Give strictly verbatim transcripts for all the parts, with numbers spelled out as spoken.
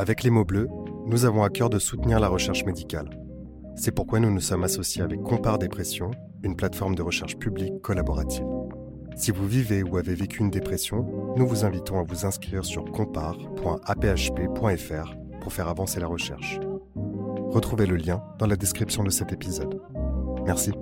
Avec les mots bleus, nous avons à cœur de soutenir la recherche médicale. C'est pourquoi nous nous sommes associés avec Compare Dépression, une plateforme de recherche publique collaborative. Si vous vivez ou avez vécu une dépression, nous vous invitons à vous inscrire sur compare point a p h p point f r pour faire avancer la recherche. Retrouvez le lien dans la description de cet épisode. Merci.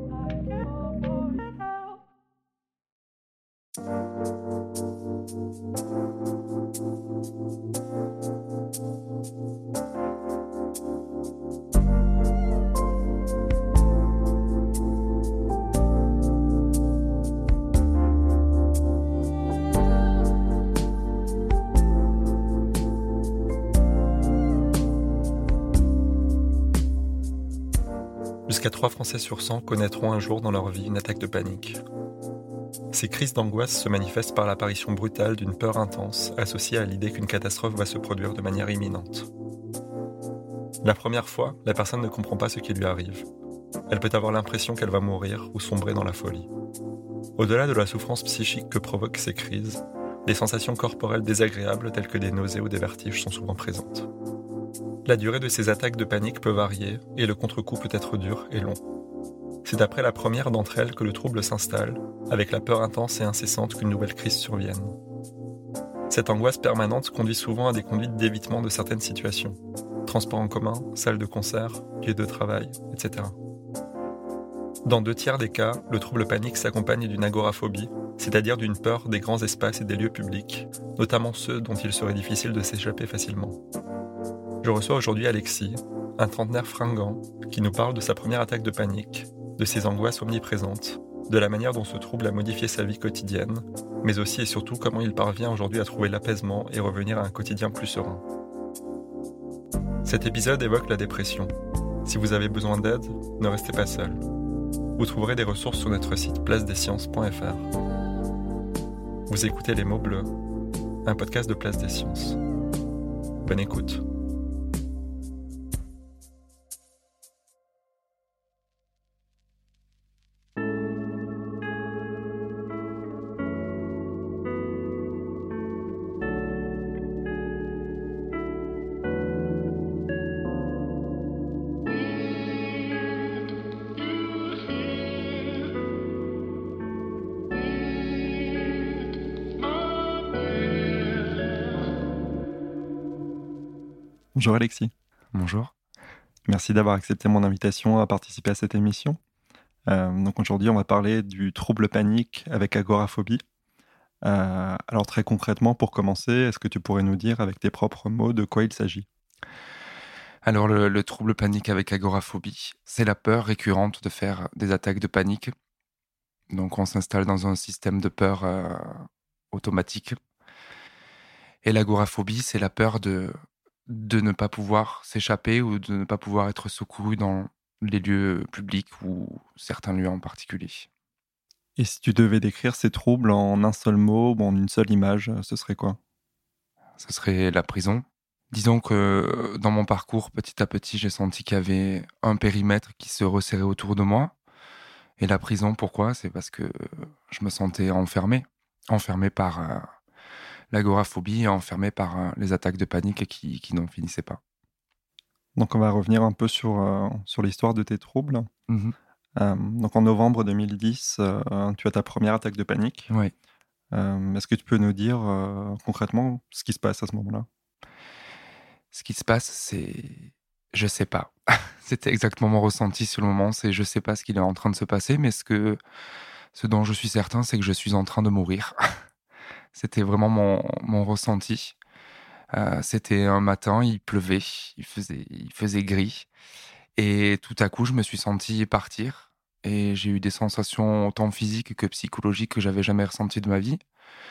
Jusqu'à trois Français sur cent connaîtront un jour dans leur vie une attaque de panique. Ces crises d'angoisse se manifestent par l'apparition brutale d'une peur intense associée à l'idée qu'une catastrophe va se produire de manière imminente. La première fois, la personne ne comprend pas ce qui lui arrive. Elle peut avoir l'impression qu'elle va mourir ou sombrer dans la folie. Au-delà de la souffrance psychique que provoquent ces crises, les sensations corporelles désagréables telles que des nausées ou des vertiges sont souvent présentes. La durée de ces attaques de panique peut varier et le contre-coup peut être dur et long. C'est après la première d'entre elles que le trouble s'installe, avec la peur intense et incessante qu'une nouvelle crise survienne. Cette angoisse permanente conduit souvent à des conduites d'évitement de certaines situations. Transport en commun, salle de concert, lieu de travail, et cetera. Dans deux tiers des cas, le trouble panique s'accompagne d'une agoraphobie, c'est-à-dire d'une peur des grands espaces et des lieux publics, notamment ceux dont il serait difficile de s'échapper facilement. Je reçois aujourd'hui Alexis, un trentenaire fringant, qui nous parle de sa première attaque de panique, de ses angoisses omniprésentes, de la manière dont ce trouble a modifié sa vie quotidienne, mais aussi et surtout comment il parvient aujourd'hui à trouver l'apaisement et revenir à un quotidien plus serein. Cet épisode évoque la dépression. Si vous avez besoin d'aide, ne restez pas seul. Vous trouverez des ressources sur notre site place des sciences point f r. Vous écoutez Les Mots Bleus, un podcast de Place des Sciences. Bonne écoute. Bonjour Alexis. Bonjour. Merci d'avoir accepté mon invitation à participer à cette émission. Euh, donc aujourd'hui, on va parler du trouble panique avec agoraphobie. Euh, alors très concrètement, pour commencer, est-ce que tu pourrais nous dire avec tes propres mots de quoi il s'agit ? Alors le, le trouble panique avec agoraphobie, c'est la peur récurrente de faire des attaques de panique. Donc on s'installe dans un système de peur euh, automatique. Et l'agoraphobie, c'est la peur de... de ne pas pouvoir s'échapper ou de ne pas pouvoir être secouru dans les lieux publics ou certains lieux en particulier. Et si tu devais décrire ces troubles en un seul mot ou en une seule image, ce serait quoi ? Ce serait la prison. Disons que dans mon parcours, petit à petit, j'ai senti qu'il y avait un périmètre qui se resserrait autour de moi. Et la prison, pourquoi ? C'est parce que je me sentais enfermé. Enfermé par... Euh, l'agoraphobie est enfermée par euh, les attaques de panique qui, qui n'en finissaient pas. Donc on va revenir un peu sur, euh, sur l'histoire de tes troubles. Mmh. Euh, donc en novembre deux mille dix, euh, tu as ta première attaque de panique. Oui. Euh, est-ce que tu peux nous dire euh, concrètement ce qui se passe à ce moment-là ? Ce qui se passe, c'est... Je sais pas. C'était exactement mon ressenti sur le moment, c'est je sais pas ce qu'il est en train de se passer, mais ce, que... ce dont je suis certain, c'est que je suis en train de mourir. C'était vraiment mon, mon ressenti. Euh, c'était un matin, il pleuvait, il faisait, il faisait gris. Et tout à coup, je me suis senti partir. Et j'ai eu des sensations autant physiques que psychologiques que j'avais jamais ressenties de ma vie.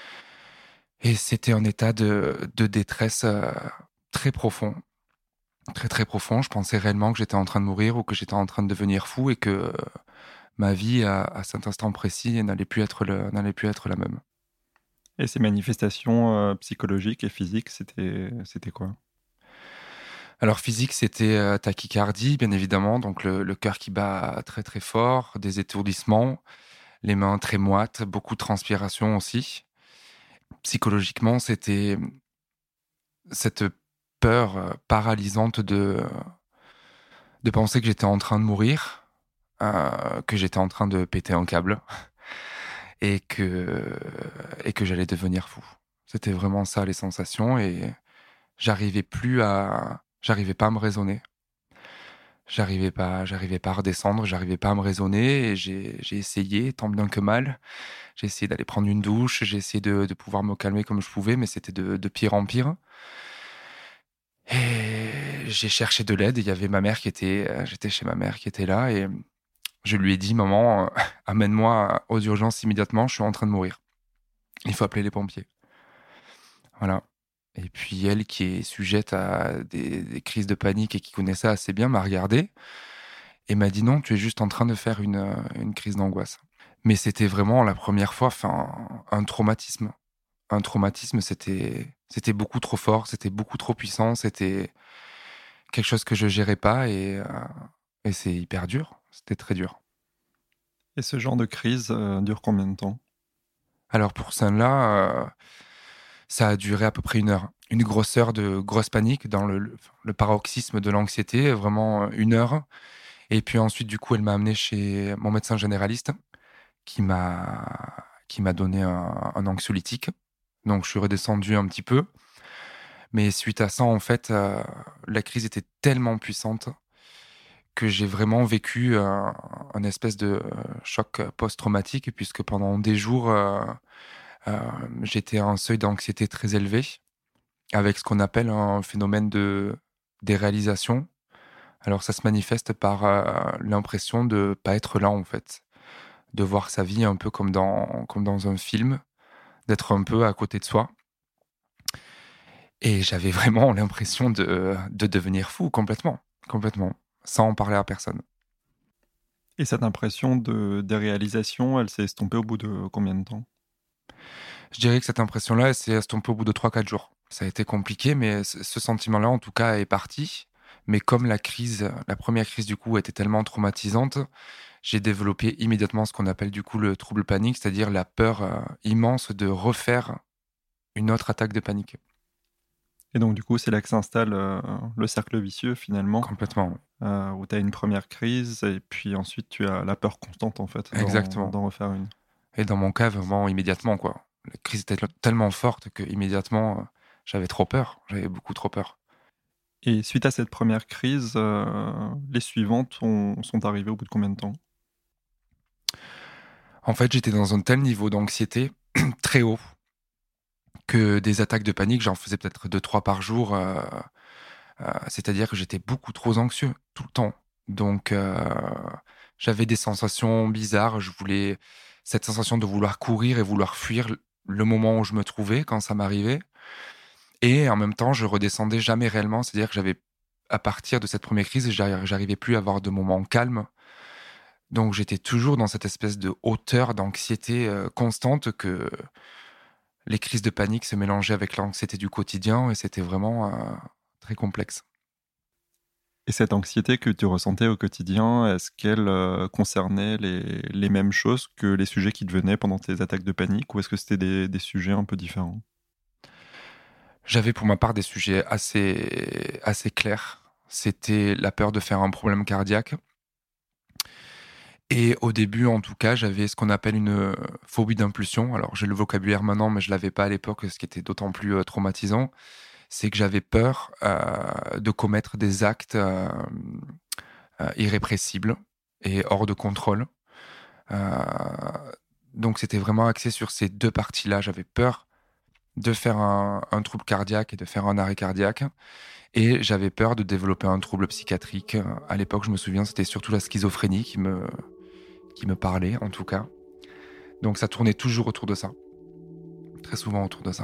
Et c'était un état de, de détresse euh, très profond. Très très profond. Je pensais réellement que j'étais en train de mourir ou que j'étais en train de devenir fou et que euh, ma vie, à, à cet instant précis, n'allait plus être, le, n'allait plus être la même. Et ces manifestations euh, psychologiques et physiques, c'était, c'était quoi ? Alors physique, c'était euh, tachycardie, bien évidemment, donc le, le cœur qui bat très très fort, des étourdissements, les mains très moites, beaucoup de transpiration aussi. Psychologiquement, c'était cette peur euh, paralysante de, de penser que j'étais en train de mourir, euh, que j'étais en train de péter un câble et que, et que j'allais devenir fou. C'était vraiment ça les sensations et j'arrivais plus à, j'arrivais pas à me raisonner. J'arrivais pas, j'arrivais pas à redescendre, j'arrivais pas à me raisonner et j'ai, j'ai essayé tant bien que mal. J'ai essayé d'aller prendre une douche, j'ai essayé de, de pouvoir me calmer comme je pouvais, mais c'était de, de pire en pire. Et j'ai cherché de l'aide. Il y avait ma mère qui était, euh, j'étais chez ma mère qui était là et je lui ai dit, maman, euh, amène-moi aux urgences immédiatement, je suis en train de mourir. Il faut appeler les pompiers. Voilà. Et puis elle, qui est sujette à des, des crises de panique et qui connaît ça assez bien, m'a regardé et m'a dit non, tu es juste en train de faire une, euh, une crise d'angoisse. Mais c'était vraiment la première fois, enfin, un traumatisme. Un traumatisme, c'était, c'était beaucoup trop fort, c'était beaucoup trop puissant, c'était quelque chose que je gérais pas et, euh, et c'est hyper dur. C'était très dur. Et ce genre de crise euh, dure combien de temps? Alors pour celle-là, euh, ça a duré à peu près une heure. Une grosse heure de grosse panique dans le, le, le paroxysme de l'anxiété, vraiment une heure. Et puis ensuite, du coup, elle m'a amené chez mon médecin généraliste qui m'a, qui m'a donné un, un anxiolytique. Donc je suis redescendu un petit peu. Mais suite à ça, en fait, euh, la crise était tellement puissante que j'ai vraiment vécu un, un espèce de choc post-traumatique, puisque pendant des jours, euh, euh, j'étais à un seuil d'anxiété très élevé, avec ce qu'on appelle un phénomène de déréalisation. Alors ça se manifeste par euh, l'impression de pas être là, en fait, de voir sa vie un peu comme dans, comme dans un film, d'être un peu à côté de soi. Et j'avais vraiment l'impression de, de devenir fou complètement, complètement, sans en parler à personne. Et cette impression de déréalisation, elle s'est estompée au bout de combien de temps? Je dirais que cette impression-là, elle s'est estompée au bout de trois quatre jours. Ça a été compliqué, mais ce ce sentiment-là, en tout cas, est parti. Mais comme la crise, la première crise, du coup, était tellement traumatisante, j'ai développé immédiatement ce qu'on appelle, du coup, le trouble panique, c'est-à-dire la peur euh, immense de refaire une autre attaque de panique. Et donc, du coup, c'est là que s'installe euh, le cercle vicieux, finalement, Complètement. euh, où tu as une première crise, et puis ensuite, tu as la peur constante, en fait, d'en, Exactement. d'en refaire une. Et dans mon cas, vraiment immédiatement, quoi. La crise était tellement forte que immédiatement, euh, j'avais trop peur. J'avais beaucoup trop peur. Et suite à cette première crise, euh, les suivantes ont- sont arrivées au bout de combien de temps? En fait, j'étais dans un tel niveau d'anxiété très haut que des attaques de panique, j'en faisais peut-être deux, trois par jour. euh, euh, c'est-à-dire que j'étais beaucoup trop anxieux tout le temps. Donc, euh, j'avais des sensations bizarres. Je voulais cette sensation de vouloir courir et vouloir fuir le moment où je me trouvais quand ça m'arrivait. Et en même temps, je redescendais jamais réellement. C'est-à-dire que j'avais, à partir de cette première crise, j'arri- j'arrivais plus à avoir de moments calmes. Donc, j'étais toujours dans cette espèce de hauteur d'anxiété euh, constante que les crises de panique se mélangeaient avec l'anxiété du quotidien et c'était vraiment euh, très complexe. Et cette anxiété que tu ressentais au quotidien, est-ce qu'elle euh, concernait les, les mêmes choses que les sujets qui te venaient pendant tes attaques de panique, ou est-ce que c'était des, des sujets un peu différents? J'avais pour ma part des sujets assez, assez clairs. C'était la peur de faire un problème cardiaque. Et au début, en tout cas, j'avais ce qu'on appelle une euh, phobie d'impulsion. Alors, j'ai le vocabulaire maintenant, mais je l'avais pas à l'époque, ce qui était d'autant plus euh, traumatisant. C'est que j'avais peur euh, de commettre des actes euh, euh, irrépressibles et hors de contrôle. Euh, donc, c'était vraiment axé sur ces deux parties-là. J'avais peur de faire un, un trouble cardiaque et de faire un arrêt cardiaque. Et j'avais peur de développer un trouble psychiatrique. À l'époque, je me souviens, c'était surtout la schizophrénie qui me, qui me parlait, en tout cas. Donc ça tournait toujours autour de ça. Très souvent autour de ça.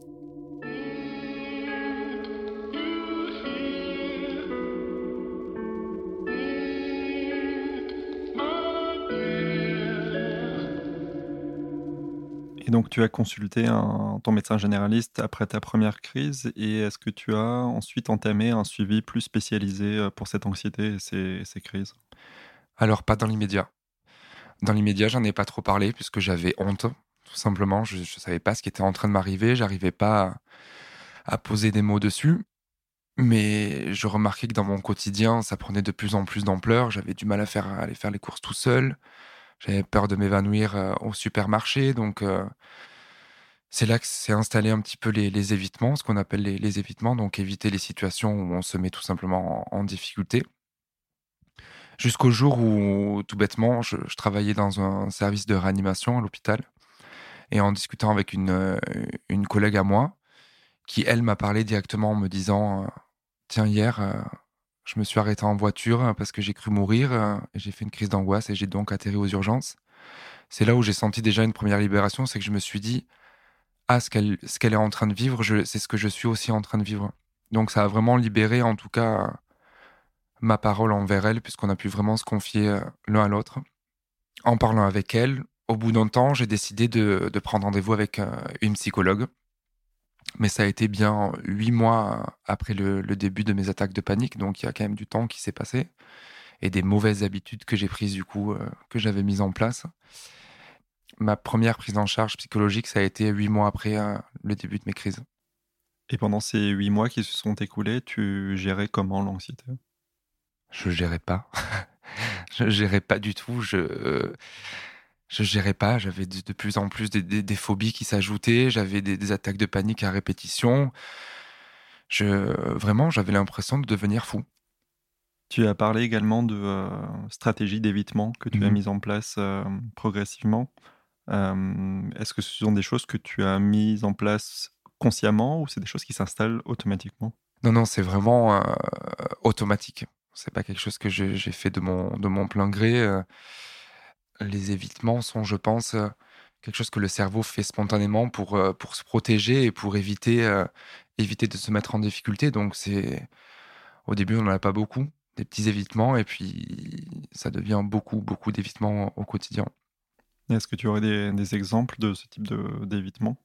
Et donc, tu as consulté un- ton médecin généraliste après ta première crise, et est-ce que tu as ensuite entamé un suivi plus spécialisé euh, pour cette anxiété et ces, ces crises? Alors, pas dans l'immédiat. Dans l'immédiat, j'en ai pas trop parlé puisque j'avais honte, tout simplement. Je ne savais pas ce qui était en train de m'arriver. J'arrivais pas à, à poser des mots dessus. Mais je remarquais que dans mon quotidien, ça prenait de plus en plus d'ampleur. J'avais du mal à faire à aller faire les courses tout seul. J'avais peur de m'évanouir, heu, au supermarché, donc heu, c'est là que s'est installé un petit peu les les évitements, ce qu'on appelle les les évitements, donc éviter les situations où on se met tout simplement en en difficulté. Jusqu'au jour où, tout bêtement, je je travaillais dans un service de réanimation à l'hôpital et en discutant avec une, heu, une collègue à moi qui, elle, m'a parlé directement en me disant, heu: «Tiens, hier, heu, je me suis arrêté en voiture, heu, parce que j'ai cru mourir, heu, et j'ai fait une crise d'angoisse et j'ai donc atterri aux urgences». C'est là où j'ai senti déjà une première libération, c'est que je me suis dit: «Ah, ce qu'elle ce qu'elle est en train de vivre, je c'est ce que je suis aussi en train de vivre». Donc ça a vraiment libéré, en tout cas, ma parole envers elle, puisqu'on a pu vraiment se confier, heu, l'un à l'autre. En parlant avec elle, au bout d'un temps, j'ai décidé de de prendre rendez-vous avec, heu, une psychologue. Mais ça a été bien huit mois après le le début de mes attaques de panique, donc il y a quand même du temps qui s'est passé et des mauvaises habitudes que j'ai prises du coup, heu, que j'avais mises en place. Ma première prise en charge psychologique, ça a été huit mois après, heu, le début de mes crises. Et pendant ces huit mois qui se sont écoulés, tu gérais comment l'anxiété? Je gérais pas. Je gérais pas du tout, je, heu, je gérais pas, j'avais de de plus en plus des des des phobies qui s'ajoutaient, j'avais des des attaques de panique à répétition. Je Vraiment, j'avais l'impression de devenir fou. Tu as parlé également de, heu, stratégies d'évitement que tu as Mmh. mises en place, hem, progressivement. Hem, est-ce que ce sont des choses que tu as mises en place consciemment ou c'est des choses qui s'installent automatiquement? Non, non, c'est vraiment, heu, automatique. C'est pas quelque chose que j'ai j'ai fait de mon de mon plein gré, heu. Les évitements sont, je pense, heu, quelque chose que le cerveau fait spontanément pour, heu, pour se protéger et pour éviter, heu, éviter de se mettre en difficulté. Donc c'est au début, on n'en a pas beaucoup, des petits évitements et puis ça devient beaucoup, beaucoup d'évitements au quotidien. Est-ce que tu aurais des des exemples de ce type de d'évitement?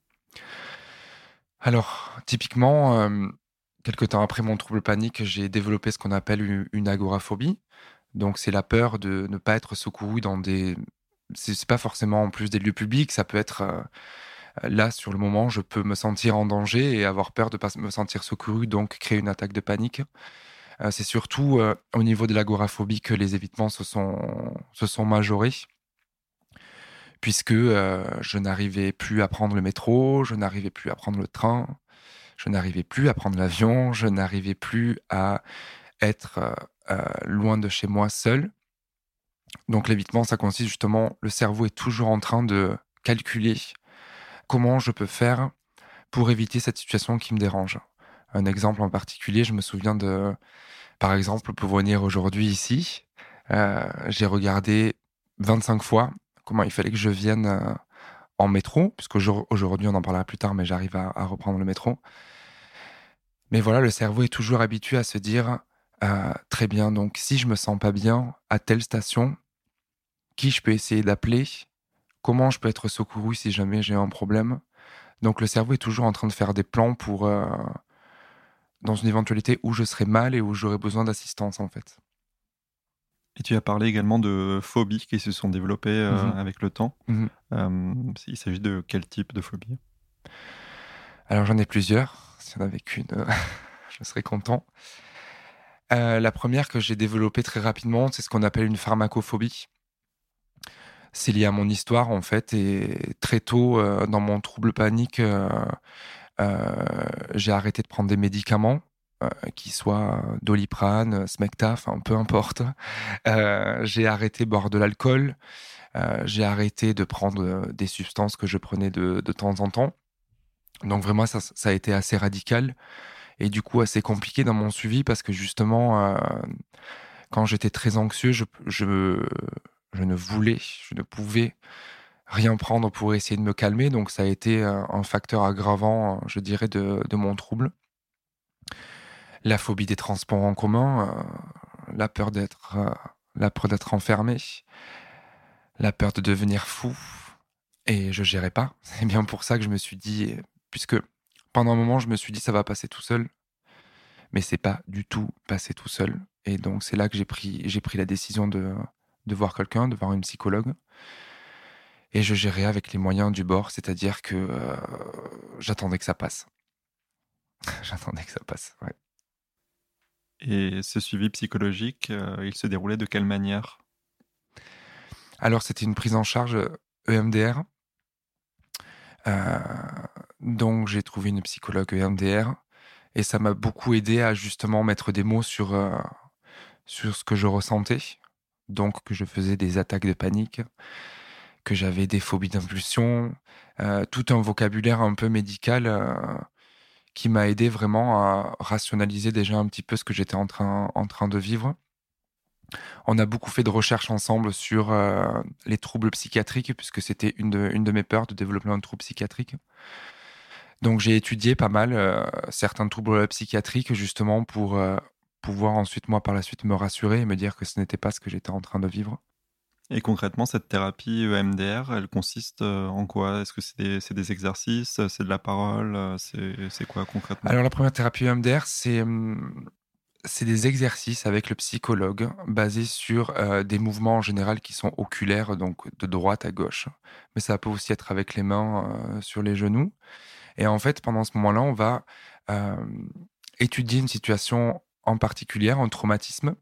Alors, typiquement, hem, quelque temps après mon trouble panique, j'ai développé ce qu'on appelle u une agoraphobie. Donc c'est la peur de ne pas être secouru dans des c'est c'est pas forcément en plus des lieux publics, ça peut être, heu, là, sur le moment, je peux me sentir en danger et avoir peur de pas me sentir secouru, donc créer une attaque de panique. Heu, c'est surtout, heu, au niveau de l'agoraphobie que les évitements se sont se sont majorés puisque, heu, je n'arrivais plus à prendre le métro, je n'arrivais plus à prendre le train, je n'arrivais plus à prendre l'avion, je n'arrivais plus à être, heu heu, loin de chez moi seul. Donc l'évitement, ça consiste justement le cerveau est toujours en train de calculer comment je peux faire pour éviter cette situation qui me dérange. Un exemple en particulier, je me souviens de par exemple, pour venir aujourd'hui ici, heu, j'ai regardé vingt-cinq fois comment il fallait que je vienne, heu, en métro, puisqu'aujour aujourd'hui, on en parlera plus tard, mais j'arrive à à reprendre le métro. Mais voilà, le cerveau est toujours habitué à se dire, heu: «Très bien, donc si je me sens pas bien à telle station, qui je peux essayer d'appeler? Comment je peux être secouru si jamais j'ai un problème?» Donc le cerveau est toujours en train de faire des plans pour, heu, dans une éventualité où je serais mal et où j'aurais besoin d'assistance, en fait. Et tu as parlé également de phobies qui se sont développées, heu, Mmh mh. avec le temps. Mmh. Hem, il s'agit de quel type de phobie? Alors j'en ai plusieurs, s'il y en avait qu'une, heu, je serais content. Heu, la première que j'ai développée très rapidement, c'est ce qu'on appelle une pharmacophobie. C'est lié à mon histoire, en fait et très tôt, heu, dans mon trouble panique, heu heu, j'ai arrêté de prendre des médicaments, heu, qu'ils soient Doliprane, Smecta, enfin peu importe. Heu, j'ai arrêté de boire de l'alcool, heu, j'ai arrêté de prendre, heu, des substances que je prenais de de temps en temps. Donc vraiment ça ça a été assez radical et du coup assez compliqué dans mon suivi parce que justement, heu, quand j'étais très anxieux, je je je ne voulais, je ne pouvais rien prendre pour essayer de me calmer, donc ça a été, heu, un facteur aggravant, je dirais, de de mon trouble. La phobie des transports en commun, heu, la peur d'être, heu, la peur d'être enfermé, la peur de devenir fou et je gérais pas. C'est bien pour ça que je me suis dit puisque pendant un moment, je me suis dit: «Ça va passer tout seul», mais c'est pas du tout passé tout seul et donc c'est là que j'ai pris j'ai pris la décision de de voir quelqu'un, de voir une psychologue et je gérais avec les moyens du bord, c'est-à-dire que, heu, j'attendais que ça passe. J'attendais que ça passe, ouais. Et ce suivi psychologique, euh, il se déroulait de quelle manière? Alors, c'était une prise en charge E M D R. Euh, donc, j'ai trouvé une psychologue E M D R et ça m'a beaucoup aidé à justement mettre des mots sur, euh, sur ce que je ressentais. Donc, que je faisais des attaques de panique, que j'avais des phobies d'impulsion, euh, tout un vocabulaire un peu médical euh, qui m'a aidé vraiment à rationaliser déjà un petit peu ce que j'étais en train, en train de vivre. On a beaucoup fait de recherches ensemble sur euh, les troubles psychiatriques, puisque c'était une de, une de mes peurs de développer un trouble psychiatrique. Donc j'ai étudié pas mal euh, certains troubles psychiatriques, justement pour euh, pouvoir ensuite, moi, par la suite, me rassurer et me dire que ce n'était pas ce que j'étais en train de vivre. Et concrètement, cette thérapie E M D R, elle consiste euh, en quoi? Est-ce que c'est des, c'est des exercices, euh, c'est de la parole, euh, c'est, c'est quoi concrètement? Alors la première thérapie E M D R, c'est... hum, c'est des exercices avec le psychologue basés sur euh, des mouvements en général qui sont oculaires, donc de droite à gauche. Mais ça peut aussi être avec les mains euh, sur les genoux. Et en fait, pendant ce moment-là, on va euh, étudier une situation en particulier, un traumatisme.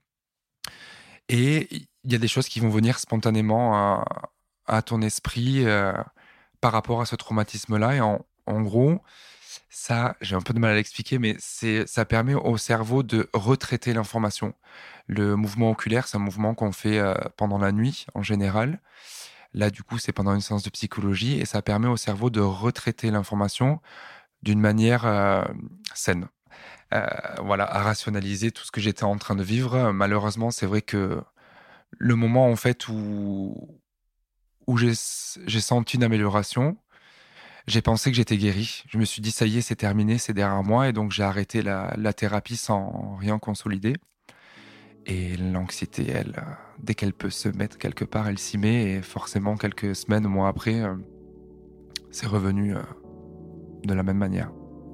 Et il y a des choses qui vont venir spontanément à, à ton esprit euh, par rapport à ce traumatisme-là. Et en, en gros, ça, j'ai un peu de mal à l'expliquer, mais c'est, ça permet au cerveau de retraiter l'information. Le mouvement oculaire, c'est un mouvement qu'on fait euh, pendant la nuit, en général. Là, du coup, c'est pendant une séance de psychologie, et ça permet au cerveau de retraiter l'information d'une manière euh, saine. Euh, voilà, à rationaliser tout ce que j'étais en train de vivre. Malheureusement, c'est vrai que le moment, en fait, où, où j'ai, j'ai senti une amélioration, j'ai pensé que j'étais guéri. Je me suis dit, ça y est, c'est terminé, c'est derrière moi. Et donc, j'ai arrêté la, la thérapie sans rien consolider. Et l'anxiété, elle, euh, dès qu'elle peut se mettre quelque part, elle s'y met. Et forcément, quelques semaines, mois après, euh, c'est revenu euh, de la même manière.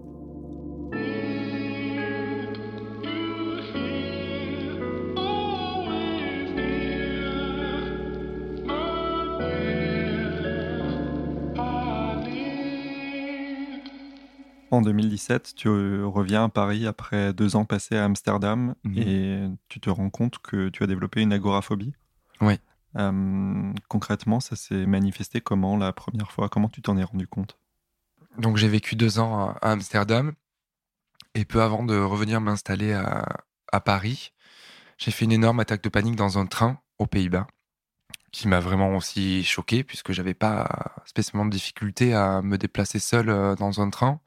En deux mille dix-sept, tu euh, reviens à Paris après deux ans passés à Amsterdam Mhm. et tu te rends compte que tu as développé une agoraphobie. Oui. Euh, concrètement, ça s'est manifesté comment la première fois? Comment tu t'en es rendu compte? Donc, j'ai vécu deux ans à, à Amsterdam. Et peu avant de revenir m'installer à, à Paris, j'ai fait une énorme attaque de panique dans un train aux Pays-Bas, qui m'a vraiment aussi choqué, puisque j'avais pas spécialement de difficulté à me déplacer seul euh, dans un train.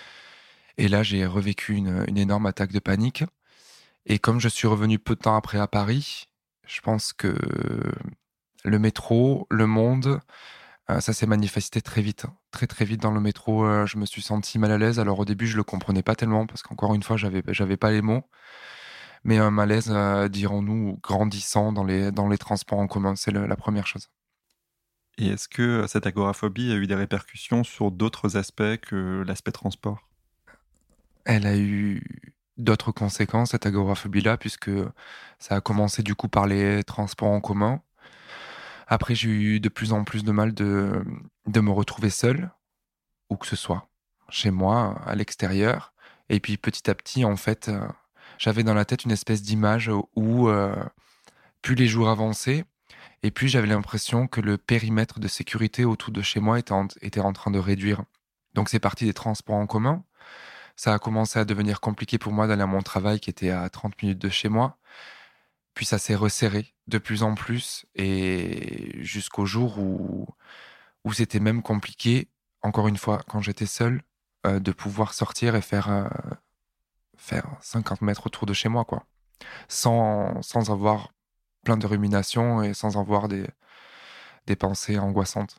Et là, j'ai revécu une, une énorme attaque de panique. Et comme je suis revenu peu de temps après à Paris, je pense que le métro, le monde, euh, ça s'est manifesté très vite. Très très vite dans le métro, euh, je me suis senti mal à l'aise. Alors au début, je le comprenais pas tellement, parce qu'encore une fois, j'avais, j'avais pas les mots. Mais un malaise, euh, dirons-nous, grandissant dans les, dans les transports en commun, c'est le- la première chose. Et est-ce que cette agoraphobie a eu des répercussions sur d'autres aspects que l'aspect transport? Elle a eu d'autres conséquences, cette agoraphobie-là, puisque ça a commencé du coup par les transports en commun. Après, j'ai eu de plus en plus de mal de, de me retrouver seul, où que ce soit, chez moi, à l'extérieur. Et puis petit à petit, en fait, euh, j'avais dans la tête une espèce d'image où euh, plus les jours avançaient, et puis j'avais l'impression que le périmètre de sécurité autour de chez moi était en, était en train de réduire. Donc c'est parti des transports en commun. Ça a commencé à devenir compliqué pour moi d'aller à mon travail qui était à trente minutes de chez moi. Puis ça s'est resserré de plus en plus et jusqu'au jour où, où c'était même compliqué, encore une fois, quand j'étais seul, euh, de pouvoir sortir et faire, euh, faire cinquante mètres autour de chez moi, quoi. Sans, sans avoir plein de ruminations et sans avoir des, des pensées angoissantes.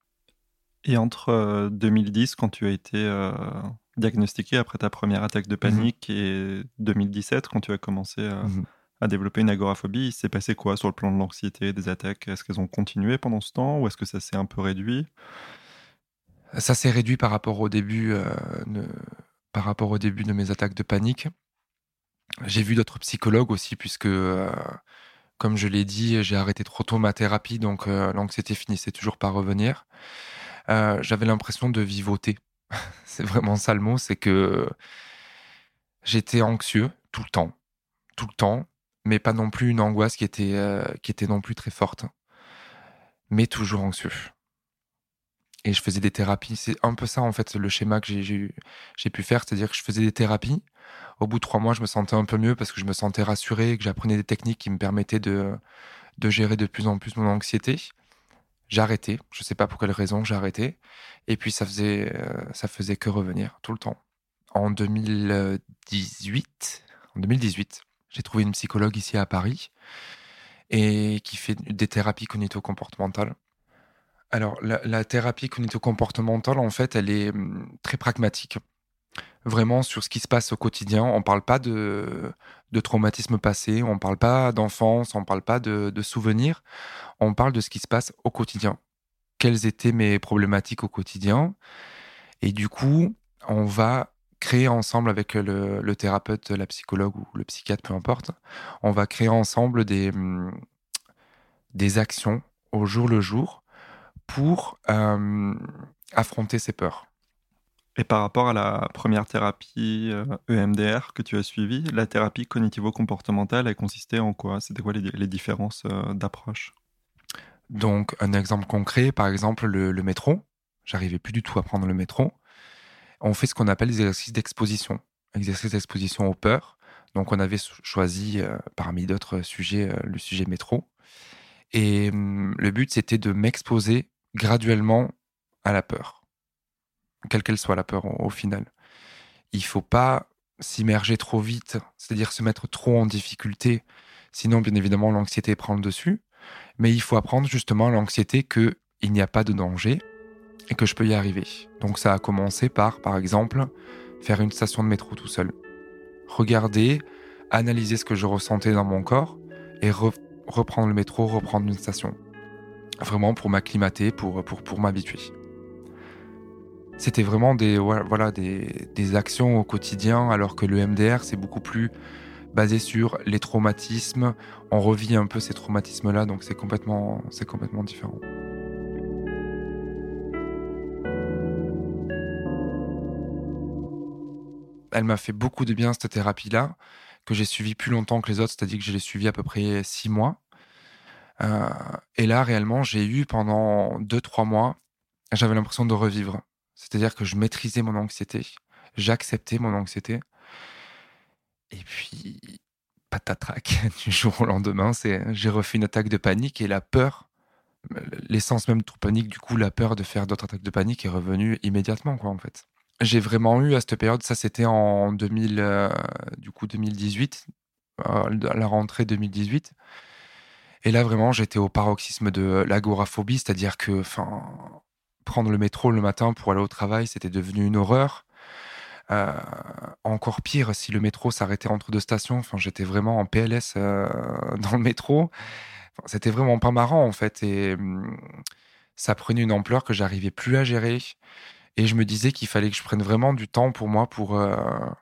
Et entre euh, deux mille dix, quand tu as été euh, diagnostiqué après ta première attaque de panique, mmh. et deux mille dix-sept, quand tu as commencé à, mmh. à développer une agoraphobie, il s'est passé quoi sur le plan de l'anxiété, des attaques? Est-ce qu'elles ont continué pendant ce temps ou est-ce que ça s'est un peu réduit? Ça s'est réduit par rapport au début, euh, ne... par rapport au début de mes attaques de panique. J'ai vu d'autres psychologues aussi, puisque, euh, comme je l'ai dit, j'ai arrêté trop tôt ma thérapie, donc euh, l'anxiété finissait toujours par revenir. Euh, j'avais l'impression de vivoter. C'est vraiment ça le mot, c'est que j'étais anxieux tout le temps. tout le temps, mais pas non plus une angoisse qui était, euh, qui était non plus très forte, mais toujours anxieux. Et je faisais des thérapies. C'est un peu ça, en fait, le schéma que j'ai, j'ai, j'ai pu faire, c'est-à-dire que je faisais des thérapies. Au bout de trois mois, je me sentais un peu mieux parce que je me sentais rassuré, que j'apprenais des techniques qui me permettaient de, de gérer de plus en plus mon anxiété. J'ai arrêté. Je sais pas pour quelle raison j'ai arrêté. Et puis, ça faisait, euh, ça faisait que revenir tout le temps. En deux mille dix-huit, en deux mille dix-huit, j'ai trouvé une psychologue ici à Paris et qui fait des thérapies cognito-comportementales. Alors, la, la thérapie cognito-comportementale, en fait, elle est hum, très pragmatique. Vraiment sur ce qui se passe au quotidien. On ne parle pas de, de traumatisme passé, on ne parle pas d'enfance, on ne parle pas de, de souvenirs. On parle de ce qui se passe au quotidien. Quelles étaient mes problématiques au quotidien? Et du coup, on va créer ensemble avec le, le thérapeute, la psychologue ou le psychiatre, peu importe, on va créer ensemble des, hum, des actions au jour le jour pour euh, affronter ses peurs. Et par rapport à la première thérapie euh, E M D R que tu as suivie, la thérapie cognitivo-comportementale, elle consistait en quoi? C'était quoi les, les différences euh, d'approche? Donc, un exemple concret, par exemple, le, le métro. J'arrivais plus du tout à prendre le métro. On fait ce qu'on appelle des exercices d'exposition. Exercices d'exposition aux peurs. Donc, on avait choisi, euh, parmi d'autres sujets, euh, le sujet métro. Et hum, le but, c'était de m'exposer graduellement à la peur. Quelle qu'elle soit la peur au, au final. Il faut pas s'immerger trop vite, c'est-à-dire se mettre trop en difficulté. Sinon, bien évidemment, l'anxiété prend le dessus. Mais il faut apprendre justement à l'anxiété qu'il n'y a pas de danger et que je peux y arriver. Donc ça a commencé par, par exemple, faire une station de métro tout seul. Regarder, analyser ce que je ressentais dans mon corps et re- reprendre le métro, reprendre une station. Vraiment pour m'acclimater, pour, pour, pour m'habituer. C'était vraiment des, voilà, des, des actions au quotidien, alors que le M D R, c'est beaucoup plus basé sur les traumatismes. On revit un peu ces traumatismes-là, donc c'est complètement, c'est complètement différent. Elle m'a fait beaucoup de bien, cette thérapie-là, que j'ai suivie plus longtemps que les autres, c'est-à-dire que je l'ai suivie à peu près six mois. Euh, et là, réellement, j'ai eu pendant deux, trois mois, j'avais l'impression de revivre. C'est-à-dire que je maîtrisais mon anxiété, j'acceptais mon anxiété. Et puis, patatrac, du jour au lendemain, c'est, j'ai refait une attaque de panique et la peur, l'essence même de toute panique, du coup, la peur de faire d'autres attaques de panique est revenue immédiatement, quoi, en fait. J'ai vraiment eu à cette période, ça c'était en deux mille, euh, du coup deux mille dix-huit, euh, à la rentrée deux mille dix-huit. Et là, vraiment, j'étais au paroxysme de l'agoraphobie, c'est-à-dire que, enfin, prendre le métro le matin pour aller au travail, c'était devenu une horreur. Euh, encore pire, si le métro s'arrêtait entre deux stations, enfin, j'étais vraiment en P L S euh, dans le métro. Enfin, c'était vraiment pas marrant, en fait. Et hum, ça prenait une ampleur que j'arrivais plus à gérer. Et je me disais qu'il fallait que je prenne vraiment du temps pour moi, pour, euh,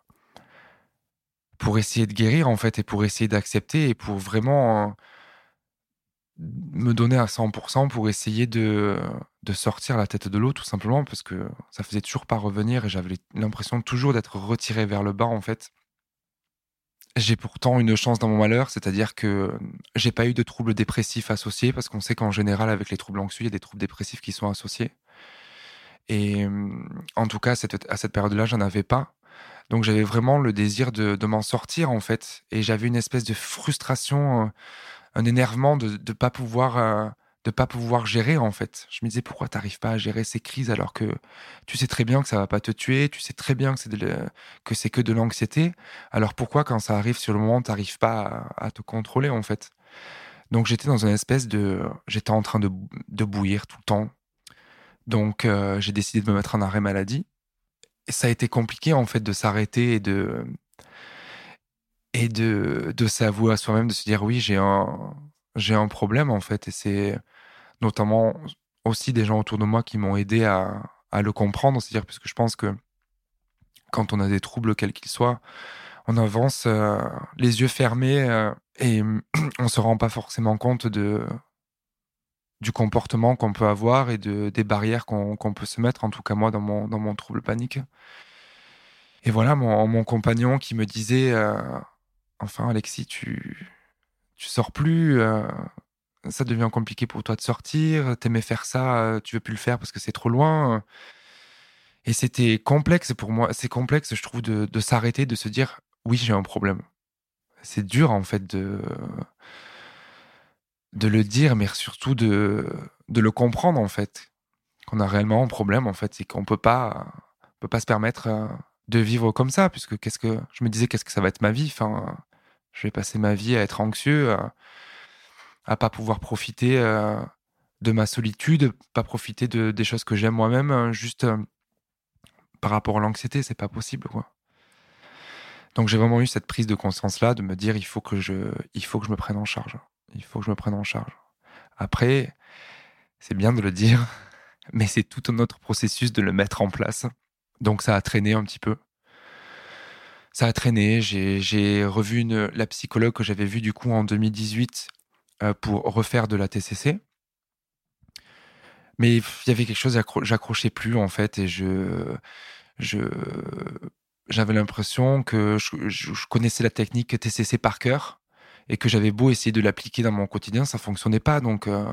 pour essayer de guérir, en fait, et pour essayer d'accepter, et pour vraiment euh, me donner à cent pour cent pour essayer de, de sortir la tête de l'eau, tout simplement, parce que ça faisait toujours pas revenir, et j'avais l'impression toujours d'être retiré vers le bas, en fait. J'ai pourtant une chance dans mon malheur, c'est-à-dire que j'ai pas eu de troubles dépressifs associés, parce qu'on sait qu'en général, avec les troubles anxieux, il y a des troubles dépressifs qui sont associés. Et en tout cas, cette, à cette période-là, j'en avais pas. Donc j'avais vraiment le désir de, de m'en sortir, en fait. Et j'avais une espèce de frustration, euh, un énervement de ne pas pouvoir, euh, de pas pouvoir gérer, en fait. Je me disais, pourquoi tu n'arrives pas à gérer ces crises alors que tu sais très bien que ça va pas te tuer, tu sais très bien que c'est, de le, que, c'est que de l'anxiété. Alors pourquoi, quand ça arrive sur le moment, tu n'arrives pas à, à te contrôler, en fait? Donc j'étais dans une espèce de... J'étais en train de, de bouillir tout le temps. Donc euh, j'ai décidé de me mettre en arrêt maladie. Et ça a été compliqué, en fait, de s'arrêter et de et de de s'avouer à soi-même, de se dire oui, j'ai un j'ai un problème, en fait. Et c'est notamment aussi des gens autour de moi qui m'ont aidé à à le comprendre. C'est-à-dire, parce que je pense que quand on a des troubles, quels qu'ils soient, on avance euh, les yeux fermés euh, et on se rend pas forcément compte de du comportement qu'on peut avoir et de des barrières qu'on qu'on peut se mettre. En tout cas, moi, dans mon dans mon trouble panique. Et voilà, mon, mon compagnon qui me disait euh, enfin Alexis, tu tu sors plus, euh, ça devient compliqué pour toi de sortir, t'aimais faire ça, euh, tu veux plus le faire parce que c'est trop loin. Et c'était complexe pour moi, c'est complexe, je trouve, de, de s'arrêter, de se dire, oui, j'ai un problème. C'est dur, en fait, de, de le dire, mais surtout de, de le comprendre, en fait. Qu'on a réellement un problème, en fait, c'est qu'on peut pas, on peut pas se permettre euh, de vivre comme ça, puisque qu'est-ce que, je me disais, qu'est-ce que ça va être ma vie? Enfin, je vais passer ma vie à être anxieux, à, à pas pouvoir profiter euh, de ma solitude, pas profiter de, des choses que j'aime moi-même, hein, juste euh, par rapport à l'anxiété, c'est pas possible, quoi. Donc j'ai vraiment eu cette prise de conscience-là, de me dire il faut que je, il faut que je me prenne en charge. Il faut que je me prenne en charge. Après, c'est bien de le dire, mais c'est tout un autre processus de le mettre en place. Donc ça a traîné un petit peu. Ça a traîné. J'ai, j'ai revu une, la psychologue que j'avais vue du coup en deux mille dix-huit euh, pour refaire de la T C C. Mais il y avait quelque chose, j'accro- j'accrochais plus en fait, et je, je, j'avais l'impression que je, je- je connaissais la technique T C C par cœur et que j'avais beau essayer de l'appliquer dans mon quotidien, ça fonctionnait pas. Donc, euh,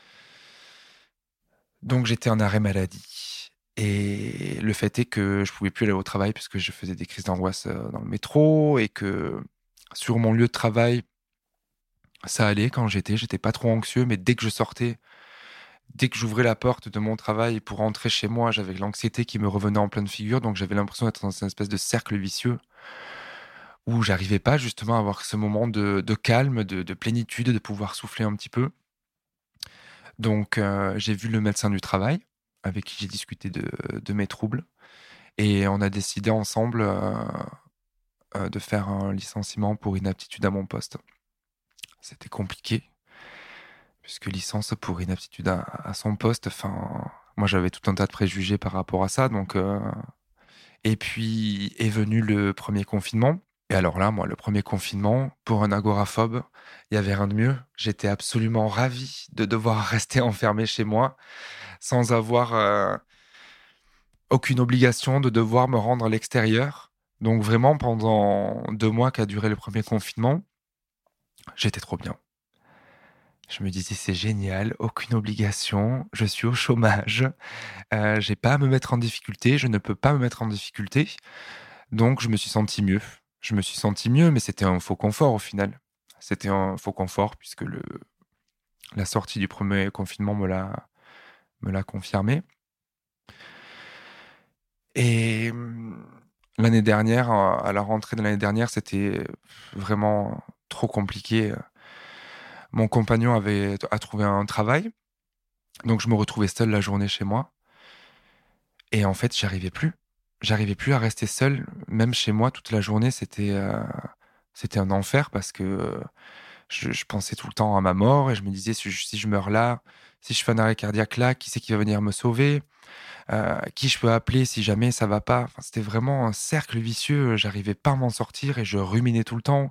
donc j'étais en arrêt maladie. Et le fait est que je pouvais plus aller au travail puisque je faisais des crises d'angoisse euh, dans le métro, et que sur mon lieu de travail, ça allait quand j'étais, j'étais pas trop anxieux, mais dès que je sortais, dès que j'ouvrais la porte de mon travail pour rentrer chez moi, j'avais l'anxiété qui me revenait en pleine figure, donc j'avais l'impression d'être dans une espèce de cercle vicieux où j'arrivais pas justement à avoir ce moment de, de calme, de, de plénitude, de pouvoir souffler un petit peu. Donc euh, j'ai vu le médecin du travail avec qui j'ai discuté de, de mes troubles, et on a décidé ensemble euh, euh, de faire un licenciement pour inaptitude à mon poste. C'était compliqué puisque licence pour inaptitude à, à son poste, enfin, moi j'avais tout un tas de préjugés par rapport à ça. Donc, euh, et puis est venu le premier confinement. Et alors là, moi, le premier confinement, pour un agoraphobe, il y avait rien de mieux. J'étais absolument ravi de devoir rester enfermé chez moi sans avoir euh, aucune obligation de devoir me rendre à l'extérieur. Donc vraiment, pendant deux mois qu'a duré le premier confinement, j'étais trop bien. Je me disais, c'est génial, aucune obligation, je suis au chômage, euh, j'ai pas à me mettre en difficulté, je ne peux pas me mettre en difficulté. Donc, je me suis senti mieux. Je me suis senti mieux, mais c'était un faux confort au final. C'était un faux confort puisque le, la sortie du premier confinement me l'a, me l'a confirmé. Et hum, l'année dernière, à la rentrée de l'année dernière, c'était vraiment trop compliqué. Mon compagnon avait a trouvé un travail, donc je me retrouvais seul la journée chez moi. Et en fait, j'arrivais plus. J'arrivais plus à rester seul, même chez moi, toute la journée. C'était, euh, c'était un enfer parce que euh, je, je pensais tout le temps à ma mort, et je me disais, si je, si je meurs là, si je fais un arrêt cardiaque là, qui c'est qui va venir me sauver? Euh, qui je peux appeler si jamais ça va pas? Enfin, c'était vraiment un cercle vicieux. J'arrivais pas à m'en sortir et je ruminais tout le temps.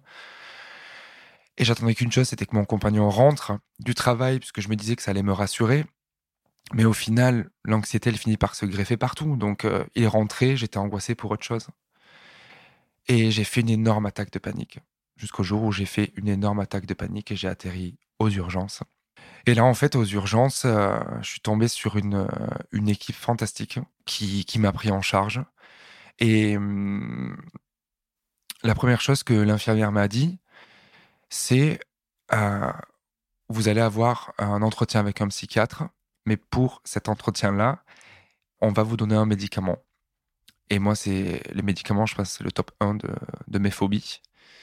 Et j'attendais qu'une chose, c'était que mon compagnon rentre du travail, puisque je me disais que ça allait me rassurer. Mais au final, l'anxiété, elle finit par se greffer partout. Donc, euh, il est rentré, j'étais angoissé pour autre chose. Et j'ai fait une énorme attaque de panique. Jusqu'au jour où j'ai fait une énorme attaque de panique et j'ai atterri aux urgences. Et là, en fait, aux urgences, euh, je suis tombé sur une, euh, une équipe fantastique qui, qui m'a pris en charge. Et hum, la première chose que l'infirmière m'a dit, c'est euh, vous allez avoir un entretien avec un psychiatre, mais pour cet entretien-là, on va vous donner un médicament. Et moi, c'est les médicaments, je pense, c'est le top un de, de mes phobies.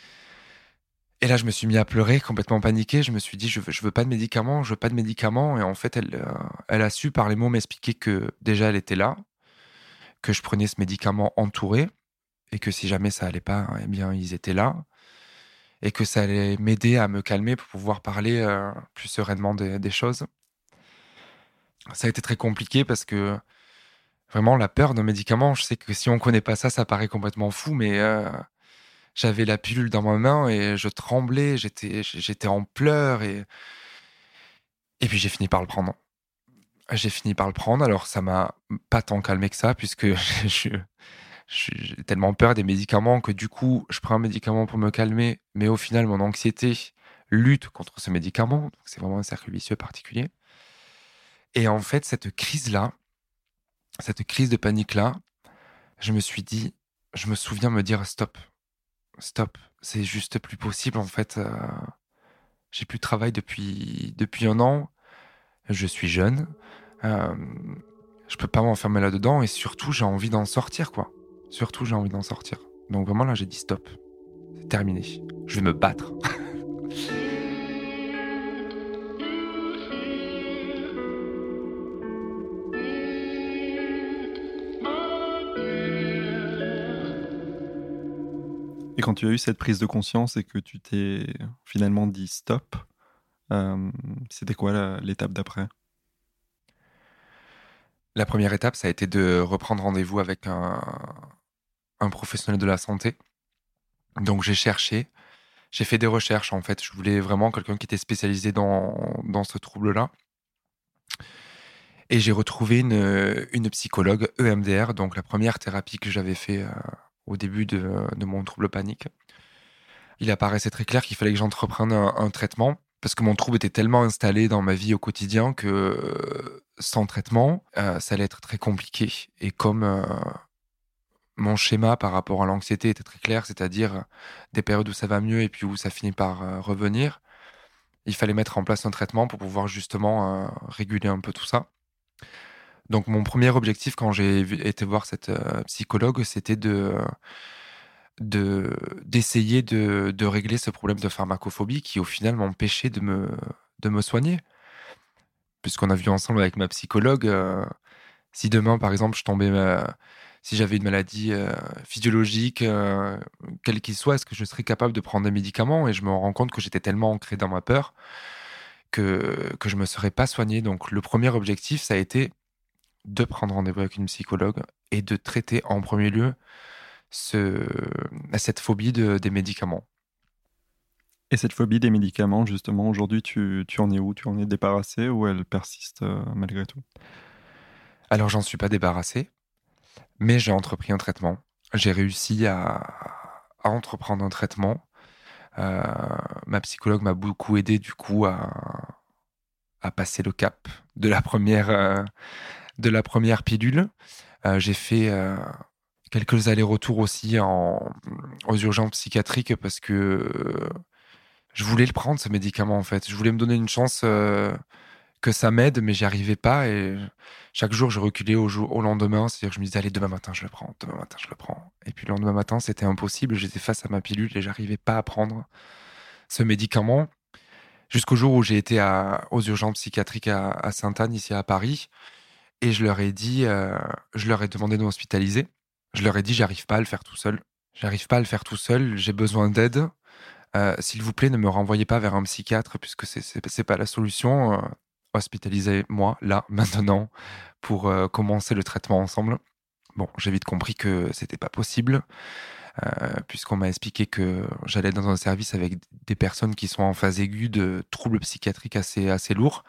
Et là, je me suis mis à pleurer, complètement paniqué. Je me suis dit, je veux, je veux pas de médicaments, je veux pas de médicaments. Et en fait, elle, euh, elle a su par les mots m'expliquer que déjà, elle était là, que je prenais ce médicament entouré, et que si jamais ça allait pas, eh bien, ils étaient là, et que ça allait m'aider à me calmer pour pouvoir parler euh, plus sereinement des, des choses. Ça a été très compliqué parce que vraiment, la peur d'un médicament, je sais que si on connaît pas ça, ça paraît complètement fou, mais euh, j'avais la pilule dans ma main et je tremblais, j'étais, j'étais en pleurs, et, et puis j'ai fini par le prendre. J'ai fini par le prendre, alors ça m'a pas tant calmé que ça, puisque je, j'ai tellement peur des médicaments que du coup, je prends un médicament pour me calmer, mais au final, mon anxiété lutte contre ce médicament. Donc, c'est vraiment un cercle vicieux particulier. Et en fait, cette crise-là, cette crise de panique-là, je me suis dit, je me souviens me dire stop, stop, c'est juste plus possible en fait. Euh, j'ai plus de travail depuis, depuis un an, je suis jeune, euh, je peux pas m'enfermer là-dedans et surtout j'ai envie d'en sortir quoi. Surtout j'ai envie d'en sortir. Donc vraiment là j'ai dit stop, c'est terminé, je vais me battre. Et quand tu as eu cette prise de conscience et que tu t'es finalement dit stop, euh, c'était quoi la- l'étape d'après? La première étape ça a été de reprendre rendez-vous avec un, un professionnel de la santé. Donc j'ai cherché, j'ai fait des recherches en fait. Je voulais vraiment quelqu'un qui était spécialisé dans, dans ce trouble-là. Et j'ai retrouvé une, une psychologue E M D R, donc la première thérapie que j'avais fait euh, au début de, de mon trouble panique. Il apparaissait très clair qu'il fallait que j'entreprenne un, un traitement parce que mon trouble était tellement installé dans ma vie au quotidien que euh, sans traitement, euh, ça allait être très compliqué. Et comme euh, mon schéma par rapport à l'anxiété était très clair, c'est-à-dire des périodes où ça va mieux et puis où ça finit par euh, revenir, il fallait mettre en place un traitement pour pouvoir justement euh, réguler un peu tout ça. Donc mon premier objectif quand j'ai vu- été voir cette euh, psychologue, c'était de, de d'essayer de, de régler ce problème de pharmacophobie qui au final m'empêchait de me, de me soigner. Puisqu'on a vu ensemble avec ma psychologue, euh, si demain par exemple je tombais, euh, si j'avais une maladie euh, physiologique, euh, quelle qu'il soit, est-ce que je serais capable de prendre des médicaments? Et je me rends compte que j'étais tellement ancré dans ma peur que, que je me serais pas soigné. Donc le premier objectif, ça a été de prendre rendez-vous avec une psychologue et de traiter en premier lieu ce, cette phobie de, des médicaments. Et cette phobie des médicaments, justement, aujourd'hui, tu, tu en es où? Tu en es débarrassé ou elle persiste euh, malgré tout? Alors j'en suis pas débarrassé, mais j'ai entrepris un traitement. J'ai réussi à, à entreprendre un traitement. Euh, ma psychologue m'a beaucoup aidé du coup à, à passer le cap de la première, euh, de la première pilule. Euh, j'ai fait euh, quelques allers-retours aussi en, aux urgences psychiatriques parce que euh, je voulais le prendre, ce médicament, en fait. Je voulais me donner une chance euh, que ça m'aide, mais j'y arrivais pas. Et chaque jour, je reculais au, jour, au lendemain. C'est-à-dire que je me disais, allez, demain matin, je le prends. Demain matin, je le prends. Et puis le lendemain matin, c'était impossible. J'étais face à ma pilule et j'arrivais pas à prendre ce médicament. Jusqu'au jour où j'ai été à, aux urgences psychiatriques à, à Sainte-Anne, ici à Paris. Et je leur ai dit, euh, je leur ai demandé de m'hospitaliser. Je leur ai dit, j'arrive pas à le faire tout seul. J'arrive pas à le faire tout seul. J'ai besoin d'aide. Euh, s'il vous plaît, ne me renvoyez pas vers un psychiatre puisque c'est c'est, c'est pas la solution. Euh, hospitalisez-moi là, maintenant, pour euh, commencer le traitement ensemble. Bon, j'ai vite compris que c'était pas possible, euh, puisqu'on m'a expliqué que j'allais dans un service avec des personnes qui sont en phase aiguë de troubles psychiatriques assez, assez lourds.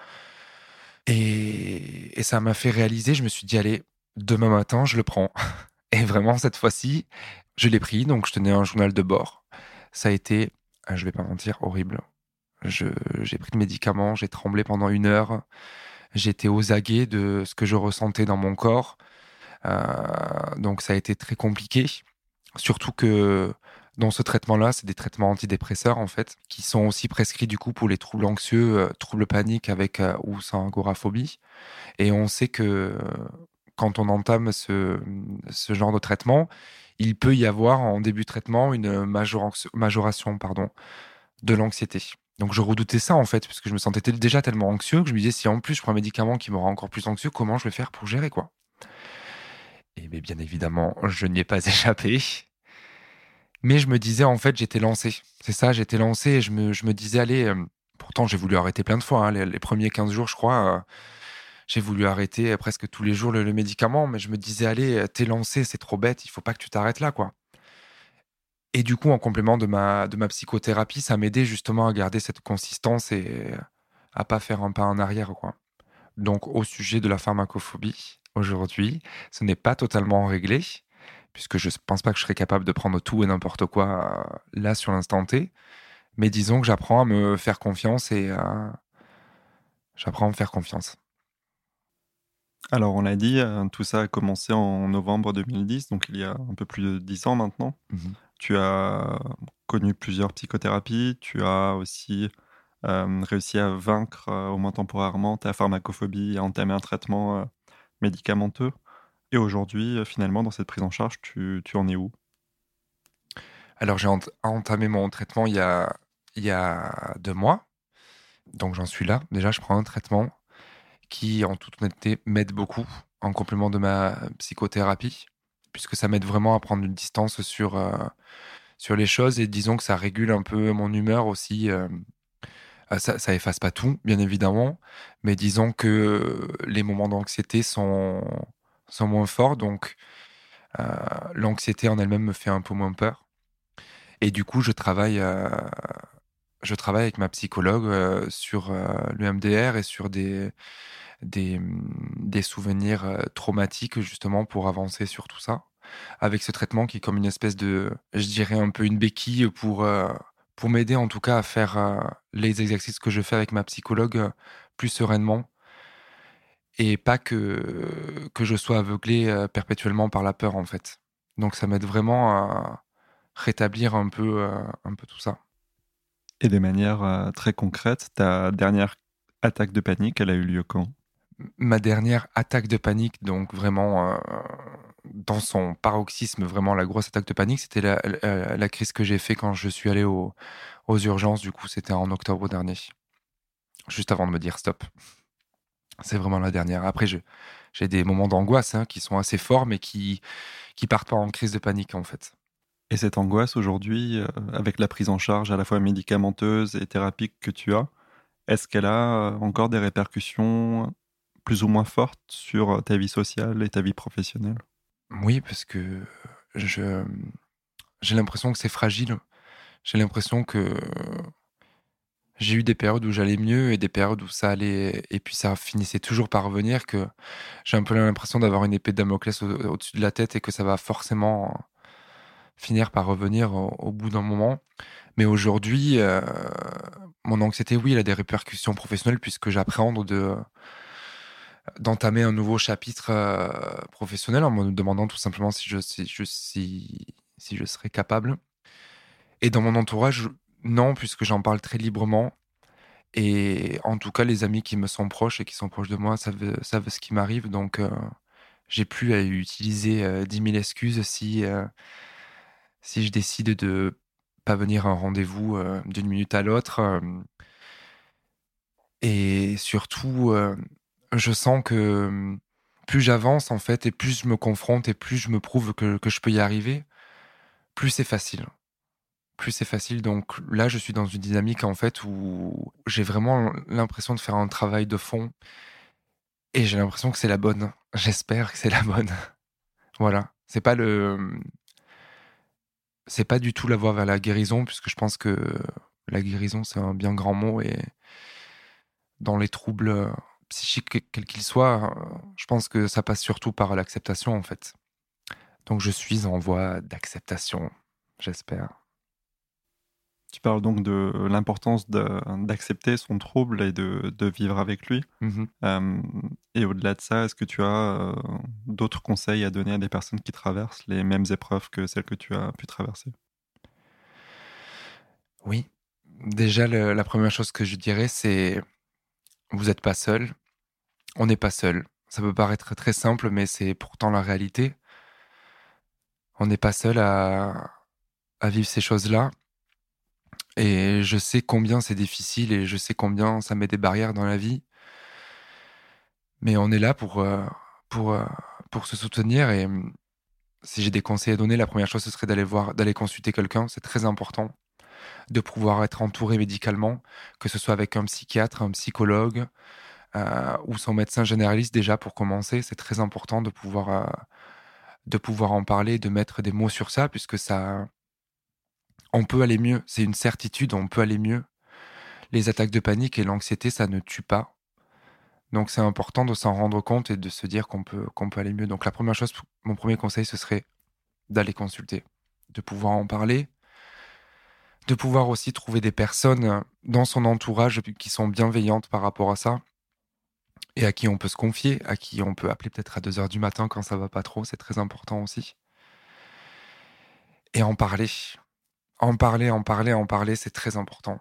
Et, et ça m'a fait réaliser, je me suis dit, allez, demain matin, je le prends. Et vraiment, cette fois-ci, je l'ai pris, donc je tenais un journal de bord. Ça a été, je vais pas mentir, horrible. Je, j'ai pris le médicament, j'ai tremblé pendant une heure. J'étais aux aguets de ce que je ressentais dans mon corps. Euh, donc ça a été très compliqué. Surtout que dans ce traitement-là, c'est des traitements antidépresseurs en fait, qui sont aussi prescrits du coup pour les troubles anxieux, euh, troubles paniques avec euh, ou sans agoraphobie. Et on sait que euh, quand on entame ce, ce genre de traitement, il peut y avoir en début de traitement une major- majoration pardon, de l'anxiété. Donc je redoutais ça en fait, parce que je me sentais tel- déjà tellement anxieux que je me disais si en plus je prends un médicament qui me rend encore plus anxieux, comment je vais faire pour gérer quoi? Et mais bien évidemment, je n'y ai pas échappé. Mais je me disais en fait j'étais lancé. C'est ça, j'étais lancé et je me, je me disais allez, euh, pourtant j'ai voulu arrêter plein de fois, hein, les, les premiers quinze jours je crois, euh, j'ai voulu arrêter euh, presque tous les jours le, le médicament, mais je me disais allez, euh, t'es lancé, c'est trop bête, il faut pas que tu t'arrêtes là quoi. Et du coup, en complément de ma, de ma psychothérapie, ça m'aidait justement à garder cette consistance et à pas faire un pas en arrière, quoi. Donc, au sujet de la pharmacophobie, aujourd'hui, ce n'est pas totalement réglé, puisque je ne pense pas que je serais capable de prendre tout et n'importe quoi euh, là sur l'instant T. Mais disons que j'apprends à me faire confiance et euh, j'apprends à me faire confiance. Alors, on l'a dit, euh, tout ça a commencé en novembre deux mille dix, donc il y a un peu plus de dix ans maintenant. Mmh. Tu as connu plusieurs psychothérapies, tu as aussi euh, réussi à vaincre, euh, au moins temporairement, ta pharmacophobie et à entamer un traitement euh, médicamenteux. Et aujourd'hui, euh, finalement, dans cette prise en charge, tu, tu en es où? Alors j'ai ent entamé mon traitement il y a il y a deux mois, donc j'en suis là. Déjà, je prends un traitement qui, en toute honnêteté, m'aide beaucoup en complément de ma psychothérapie, puisque ça m'aide vraiment à prendre une distance sur, heu, sur les choses et disons que ça régule un peu mon humeur aussi, hem, heu, ça ça efface pas tout, bien évidemment, mais disons que les moments d'anxiété sont sont moins forts donc heu, l'anxiété en elle-même me fait un peu moins peur et du coup, je travaille, heu, je travaille avec ma psychologue, heu, sur, heu, l'E M D R et sur des des, mmh, des souvenirs, heu, traumatiques justement pour avancer sur tout ça. Avec ce traitement qui est comme une espèce de je dirais un peu une béquille pour, heu, pour m'aider en tout cas à faire, heu, les exercices que je fais avec ma psychologue, heu, plus sereinement et pas que que je sois aveuglé, heu, perpétuellement par la peur en fait. Donc ça m'aide vraiment à rétablir un peu, heu, un peu tout ça. Et de manière euh, très concrète, ta dernière attaque de panique, elle a eu lieu quand? Ma dernière attaque de panique, donc vraiment, heu, dans son paroxysme, vraiment la grosse attaque de panique, c'était la la la crise que j'ai fait quand je suis allé au aux urgences, du coup, c'était en octobre dernier, juste avant de me dire: «Stop». C'est vraiment la dernière. Après je j'ai des moments d'angoisse, hein, qui sont assez forts, mais qui qui partent pas en crise de panique, en fait. Et cette angoisse aujourd'hui, euh, avec la prise en charge à la fois médicamenteuse et thérapeutique que tu as, est-ce qu'elle a euh, encore des répercussions plus ou moins fortes sur euh, ta vie sociale et ta vie professionnelle? Oui, parce que je j'ai l'impression que c'est fragile. J'ai l'impression que j'ai eu des périodes où j'allais mieux et des périodes où ça allait et puis ça finissait toujours par revenir, que j'ai un peu l'impression d'avoir une épée de Damoclès au au-dessus de la tête et que ça va forcément finir par revenir au au bout d'un moment. Mais aujourd'hui, heu, mon anxiété, oui, elle a des répercussions professionnelles puisque j'appréhende de d'entamer un nouveau chapitre, heu, professionnel en me demandant tout simplement si je si je si si je serais capable et dans mon entourage, non, puisque j'en parle très librement. Et en tout cas, les amis qui me sont proches et qui sont proches de moi savent, savent ce qui m'arrive, donc heu, j'ai plus à utiliser, heu, dix mille excuses si, heu, si je décide de pas venir à un rendez-vous, heu, d'une minute à l'autre, hem et surtout, heu, je sens que, mmh, plus j'avance en fait et plus je me confronte et plus je me prouve que que je peux y arriver, plus c'est facile. Plus c'est facile, donc là, je suis dans une dynamique en fait où j'ai vraiment l'impression de faire un travail de fond. Et j'ai l'impression que c'est la bonne. J'espère que c'est la bonne. Voilà. C'est pas le, mmh, c'est pas du tout la voie vers la guérison puisque je pense que la guérison, c'est un bien grand mot et dans les troubles, heu, psychiques que quels qu'ils soient, heu, je pense que ça passe surtout par l'acceptation, en fait. Donc je suis en voie d'acceptation, j'espère. Tu parles donc de l'importance de- d'accepter son trouble et de, de vivre avec lui. Mmh mh. Euh, et au-delà de ça, est-ce que tu as euh, d'autres conseils à donner à des personnes qui traversent les mêmes épreuves que celles que tu as pu traverser? Oui. Déjà le la première chose que je dirais, c'est: vous êtes pas seul, on n'est pas seul. Ça peut paraître très simple, mais c'est pourtant la réalité. On n'est pas seul à à vivre ces choses-là et je sais combien c'est difficile et je sais combien ça met des barrières dans la vie. Mais on est là pour, heu, pour, heu, pour se soutenir et mmh, si j'ai des conseils à donner, la première chose, ce serait d'aller voir d'aller consulter quelqu'un, c'est très important. De pouvoir être entouré médicalement, que ce soit avec un psychiatre, un psychologue, heu, ou son médecin généraliste déjà pour commencer. C'est très important de pouvoir, heu, de pouvoir en parler, de mettre des mots sur ça puisque ça on peut aller mieux. C'est une certitude, on peut aller mieux. Les attaques de panique et l'anxiété, ça ne tue pas. Donc c'est important de s'en rendre compte et de se dire qu'on peut qu'on peut aller mieux. Donc la première chose, mon premier conseil, ce serait d'aller consulter, de pouvoir en parler, de pouvoir aussi trouver des personnes dans son entourage qui sont bienveillantes par rapport à ça et à qui on peut se confier, à qui on peut appeler peut-être à deux heures du matin quand ça va pas trop, c'est très important aussi. Et en parler, en parler, en parler, en parler, c'est très important.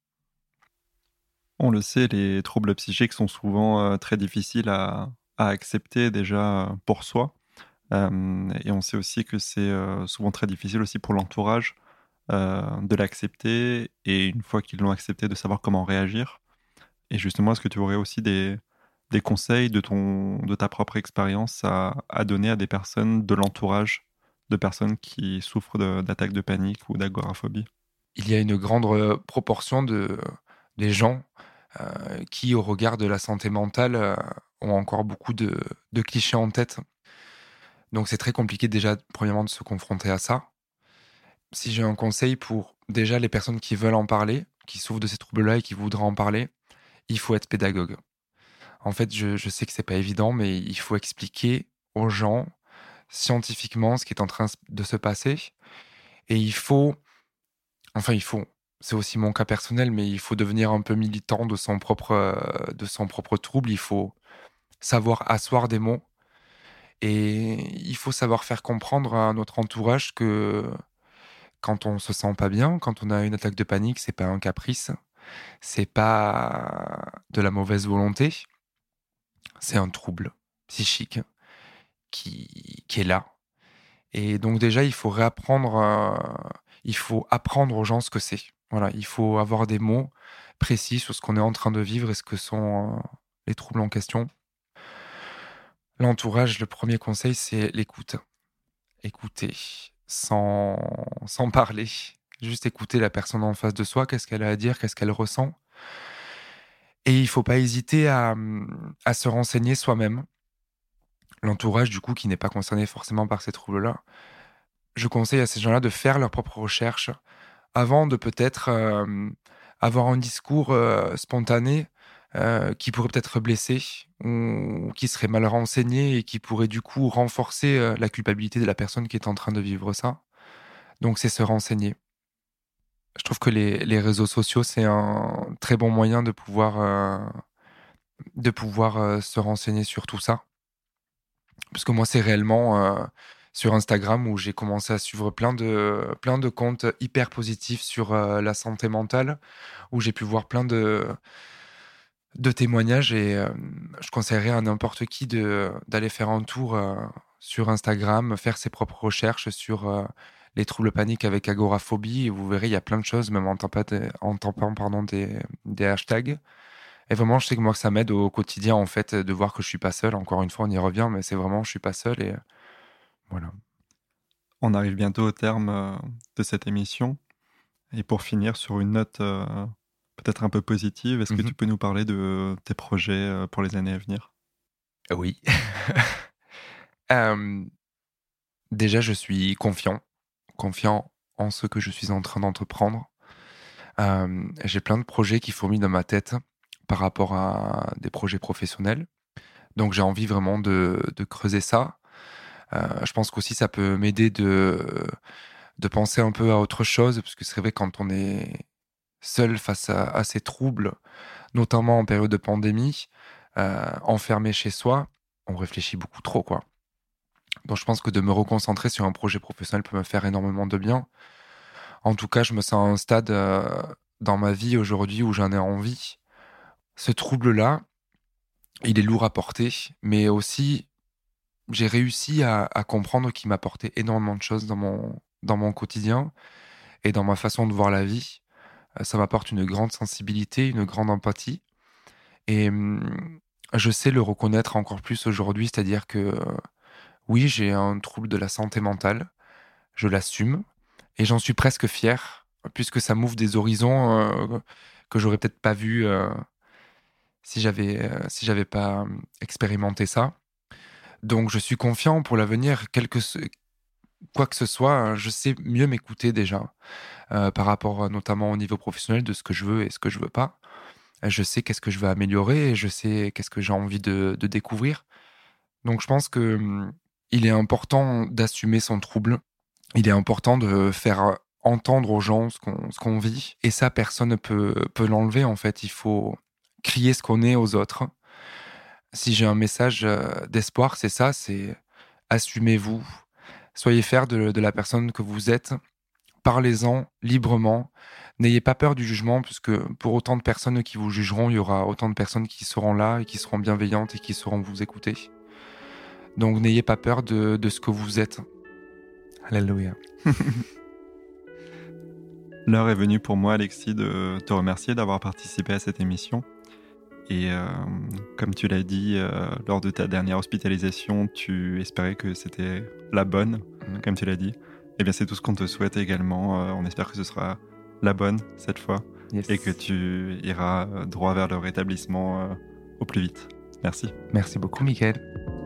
On le sait, les troubles psychiques sont souvent euh, très difficiles à, à accepter déjà euh, pour soi. Euh, et on sait aussi que c'est euh, souvent très difficile aussi pour l'entourage euh, de l'accepter et une fois qu'ils l'ont accepté, de savoir comment réagir. Et justement, est-ce que tu aurais aussi des, des conseils de, ton, de ta propre expérience à, à donner à des personnes de l'entourage de personnes qui souffrent de, d'attaques de panique ou d'agoraphobie? Il y a une grande euh, proportion de, des gens euh, qui, au regard de la santé mentale, euh, ont encore beaucoup de, de clichés en tête. Donc c'est très compliqué déjà, premièrement, de se confronter à ça. Si j'ai un conseil pour déjà les personnes qui veulent en parler, qui souffrent de ces troubles-là et qui voudraient en parler, il faut être pédagogue. En fait, je, je sais que c'est pas évident, mais il faut expliquer aux gens scientifiquement ce qui est en train de se passer. Et il faut, enfin il faut, c'est aussi mon cas personnel, mais il faut devenir un peu militant de son propre, euh, de son propre trouble. Il faut savoir asseoir des mots et il faut savoir faire comprendre à notre entourage que quand on se sent pas bien, quand on a une attaque de panique, c'est pas un caprice, c'est pas de la mauvaise volonté, c'est un trouble psychique qui, qui est là. Et donc déjà, il faut réapprendre, euh, il faut apprendre aux gens ce que c'est. Voilà, il faut avoir des mots précis sur ce qu'on est en train de vivre et ce que sont euh, les troubles en question. L'entourage, le premier conseil, c'est l'écoute. Écouter sans, sans parler. Juste écouter la personne en face de soi, qu'est-ce qu'elle a à dire, qu'est-ce qu'elle ressent. Et il faut pas hésiter à, à se renseigner soi-même. L'entourage, du coup, qui n'est pas concerné forcément par ces troubles-là, je conseille à ces gens-là de faire leurs propres recherches avant de peut-être euh, avoir un discours euh, spontané euh, qui pourrait peut-être blesser ou qui serait mal renseigné et qui pourrait du coup renforcer euh, la culpabilité de la personne qui est en train de vivre ça. Donc c'est se renseigner. Je trouve que les, les réseaux sociaux, c'est un très bon moyen de pouvoir, euh, de pouvoir euh, se renseigner sur tout ça. Parce que moi, c'est réellement euh, sur Instagram où j'ai commencé à suivre plein de, plein de comptes hyper positifs sur euh, la santé mentale, où j'ai pu voir plein de, de témoignages et euh, je conseillerais à n'importe qui de, d'aller faire un tour euh, sur Instagram, faire ses propres recherches sur euh, les troubles paniques avec agoraphobie et vous verrez, il y a plein de choses, même en tapant, en tapant pardon, des, des hashtags. Et vraiment, je sais que moi, que ça m'aide au quotidien, en fait, de voir que je suis pas seul. Encore une fois, on y revient, mais c'est vraiment, je suis pas seul et voilà. On arrive bientôt au terme euh, de cette émission. Et pour finir sur une note euh, peut-être un peu positive, est-ce que Mhm. tu peux nous parler de tes projets euh, pour les années à venir? Oui. Euh, déjà, je suis confiant, confiant en ce que je suis en train d'entreprendre. Euh, j'ai plein de projets qui fourmillent dans ma tête par rapport à des projets professionnels. Donc, j'ai envie vraiment de, de creuser ça. Euh, je pense qu'aussi, ça peut m'aider de, de penser un peu à autre chose, parce que c'est vrai, quand on est seul face à, à ces troubles, notamment en période de pandémie, euh, enfermé chez soi, on réfléchit beaucoup trop, quoi. Donc je pense que de me reconcentrer sur un projet professionnel peut me faire énormément de bien. En tout cas, je me sens à un stade euh, dans ma vie aujourd'hui où j'en ai envie. Ce trouble-là, il est lourd à porter, mais aussi j'ai réussi à, à comprendre qu'il m'apportait énormément de choses dans mon, dans mon quotidien et dans ma façon de voir la vie. Euh, Ça m'apporte une grande sensibilité, une grande empathie. Et hum, je sais le reconnaître encore plus aujourd'hui, c'est-à-dire que euh, oui, j'ai un trouble de la santé mentale, je l'assume, et j'en suis presque fier, puisque ça m'ouvre des horizons euh, que j'aurais peut-être pas vus euh, si j'avais euh, si j'avais pas hum, expérimenté ça. Donc je suis confiant pour l'avenir, quel que ce- quoi que ce soit, hein, je sais mieux m'écouter déjà, euh, par rapport euh, notamment au niveau professionnel de ce que je veux et ce que je veux pas. Je sais qu'est-ce que je veux améliorer et je sais qu'est-ce que j'ai envie de, de découvrir. Donc je pense que hum, il est important d'assumer son trouble il est important de faire entendre aux gens ce qu'on, ce qu'on vit. Et ça, personne ne peut, peut l'enlever, en fait. Il faut crier ce qu'on est aux autres. Si j'ai un message d'espoir, c'est ça, c'est assumez-vous. Soyez fiers de, de la personne que vous êtes. Parlez-en librement. N'ayez pas peur du jugement, puisque pour autant de personnes qui vous jugeront, il y aura autant de personnes qui seront là et qui seront bienveillantes et qui sauront vous écouter. Donc n'ayez pas peur de, de ce que vous êtes. Alléluia. L'heure est venue pour moi, Alexis, de te remercier d'avoir participé à cette émission. Et euh, comme tu l'as dit, euh, lors de ta dernière hospitalisation, tu espérais que c'était la bonne, mmh. comme tu l'as dit. Eh bien, c'est tout ce qu'on te souhaite également. Euh, on espère que ce sera la bonne cette fois. Yes. Et que tu iras droit vers le rétablissement euh, au plus vite. Merci. Merci beaucoup, Mickaël.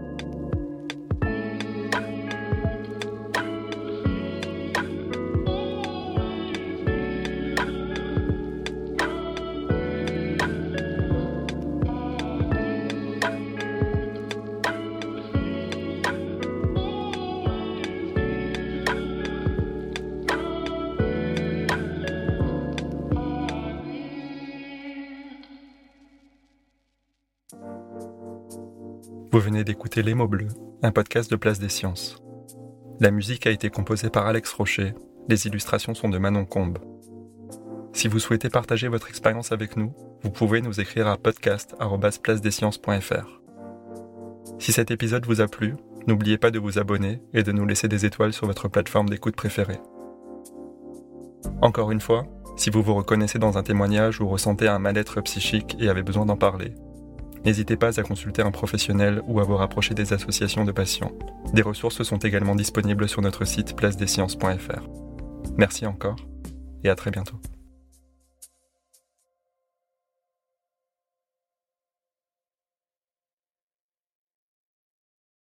Vous venez d'écouter Les mots bleus, un podcast de Place des Sciences. La musique a été composée par Alex Rocher, les illustrations sont de Manon Combe. Si vous souhaitez partager votre expérience avec nous, vous pouvez nous écrire à podcast arobase place des sciences point f r. Si cet épisode vous a plu, n'oubliez pas de vous abonner et de nous laisser des étoiles sur votre plateforme d'écoute préférée. Encore une fois, si vous vous reconnaissez dans un témoignage ou ressentez un mal-être psychique et avez besoin d'en parler, n'hésitez pas à consulter un professionnel ou à vous rapprocher des associations de patients. Des ressources sont également disponibles sur notre site place des sciences point f r. Merci encore et à très bientôt.